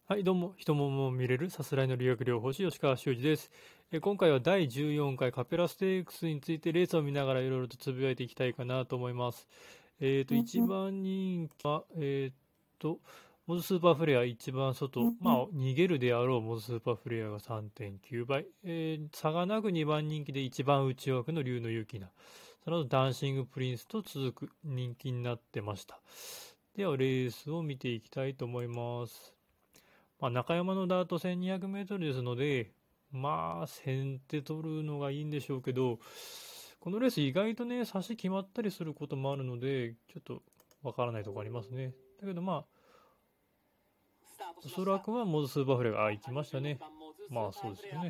はい、どうも、人もも見れるさすらいの理学療法士、吉川修司です。今回は第14回カペラステークスについてレースを見ながらいろいろとつぶやいていきたいかなと思います。一番人気は、モズスーパーフレア一番外、逃げるであろうモズスーパーフレアが 3.9 倍、差がなく2番人気で一番内枠の竜の勇気な、その後ダンシングプリンスと続く人気になってました。では、レースを見ていきたいと思います。中山のダート1200メートルですので、先手取るのがいいんでしょうけど、このレース意外とね、差し決まったりすることもあるので、ちょっとわからないところありますね。だけどおそらくはモズスーパーフレアが、行きましたね。そうですよね。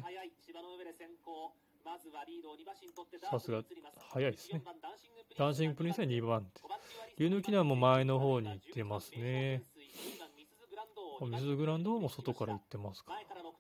さすが、早いですね。ダンシングプリンスは2番手。竜抜きなも前の方に行ってますね。ミスグランドも外から行ってますか。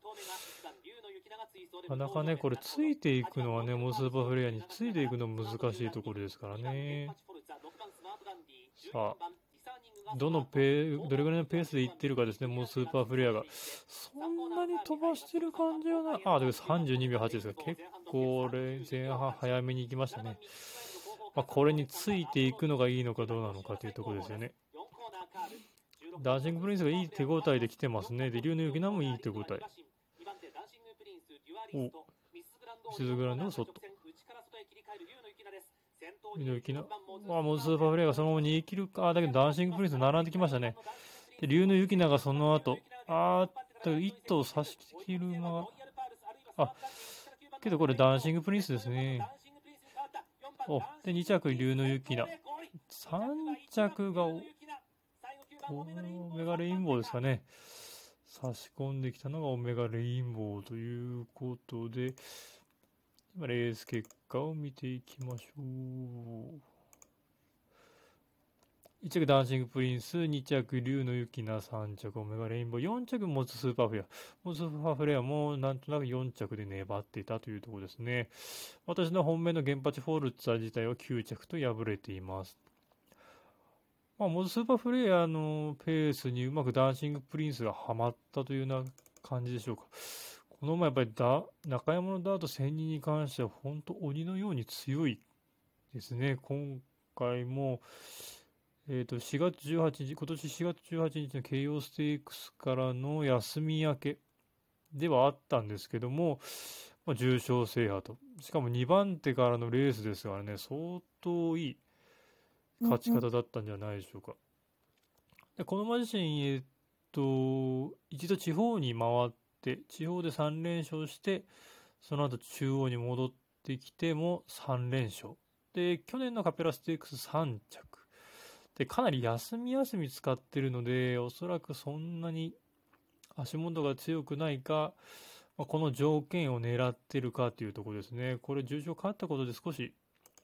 なかなかね、これついていくのはね、モズスーパーフレアについていくの難しいところですからね。さあ、どれぐらいのペースでいってるかですね、モズスーパーフレアが。そんなに飛ばしてる感じはない。だけど32秒8ですが、結構前半早めに行きましたね。これについていくのがいいのかどうなのかというところですよね。ダンシングプリンスがいい手応えで来てますね。で、竜の雪菜もいい手応え。ミスズグランドの外。竜の雪菜。もうスーパーフレアがそのまま逃げ切るか。だけどダンシングプリンス並んできましたね。で、竜の雪菜がその後。一頭差し切る間が。けどこれダンシングプリンスですね。で、2着竜の雪菜。3着がオメガレインボーですかね。差し込んできたのがオメガレインボーということで、今レース結果を見ていきましょう。1着ダンシングプリンス、2着竜の雪菜、3着オメガレインボー、4着モズスーパーフレア。モズスーパーフレアもなんとなく4着で粘っていたというところですね。私の本命の原発フォルツァ自体は9着と敗れています。モズスーパーフレアのペースにうまくダンシングプリンスがはまったというような感じでしょうか。この前やっぱり中山のダート1000人に関しては本当鬼のように強いですね。今回も、4月18日、今年4月18日の京葉ステークスからの休み明けではあったんですけども、重賞制覇と。しかも2番手からのレースですからね、相当いい勝ち方だったんじゃないでしょうか。でこの馬自身、一度地方に回って、地方で3連勝して、その後中央に戻ってきても3連勝。で、去年のカペラステークス3着。で、かなり休み使ってるので、おそらくそんなに足元が強くないか、この条件を狙ってるかというところですね。これ重賞勝ったことで少し、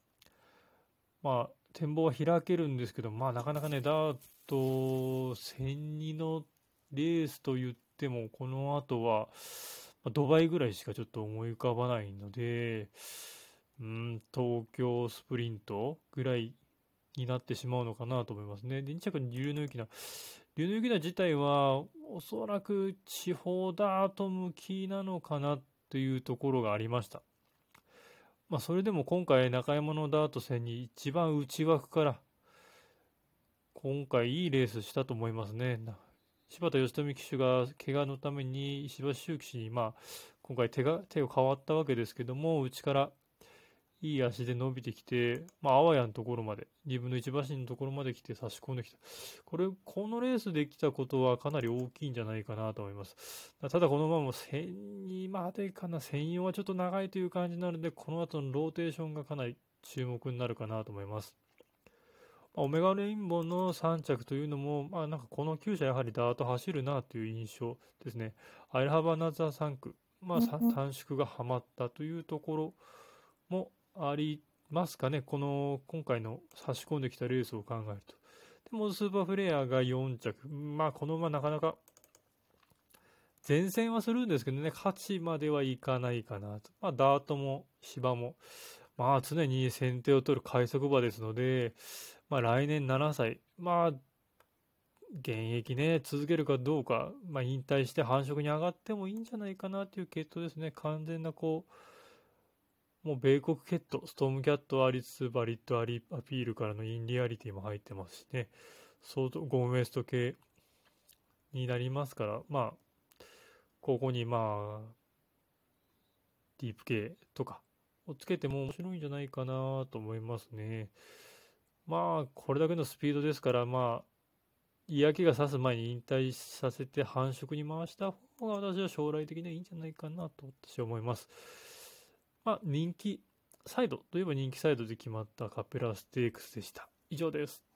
展望は開けるんですけど、なかなかね、ダート1002のレースと言っても、この後は、ドバイぐらいしかちょっと思い浮かばないので、東京スプリントぐらいになってしまうのかなと思いますね。で、2着に竜の雪菜。竜の雪菜自体は、おそらく地方ダート向きなのかなというところがありました。それでも今回中山のダート戦に一番内枠から今回いいレースしたと思いますね。柴田義富騎手が怪我のために石橋周騎手に今回手を変わったわけですけども、内からいい足で伸びてきて、あわやのところまで、2分の1馬身のところまで来て差し込んできた。このレースできたことはかなり大きいんじゃないかなと思います。ただこの馬も1002までかな、1004はちょっと長いという感じなので、この後のローテーションがかなり注目になるかなと思います。オメガレインボーの3着というのも、なんかこの厩舎やはりダート走るなという印象ですね。アイルハバナザー3区、短縮がはまったというところもありますかね。今回の差し込んできたレースを考えると。でもスーパーフレアが4着。この馬なかなか前線はするんですけどね、勝ちまではいかないかなと。ダートも芝も、常に先手を取る快速馬ですので、来年7歳。 現役ね、続けるかどうか、引退して繁殖に上がってもいいんじゃないかなという血統ですね。完全なもう米国血統、ストームキャットありつつ、バリットアピールからのインディアリティも入ってますしね、相当ゴーンウェスト系になりますから、ここにディープ系とかをつけても面白いんじゃないかなと思いますね。これだけのスピードですから、嫌気がさす前に引退させて繁殖に回した方が私は将来的にはいいんじゃないかなと私は思います。人気サイドといえば人気サイドで決まったカペラステークスでした。以上です。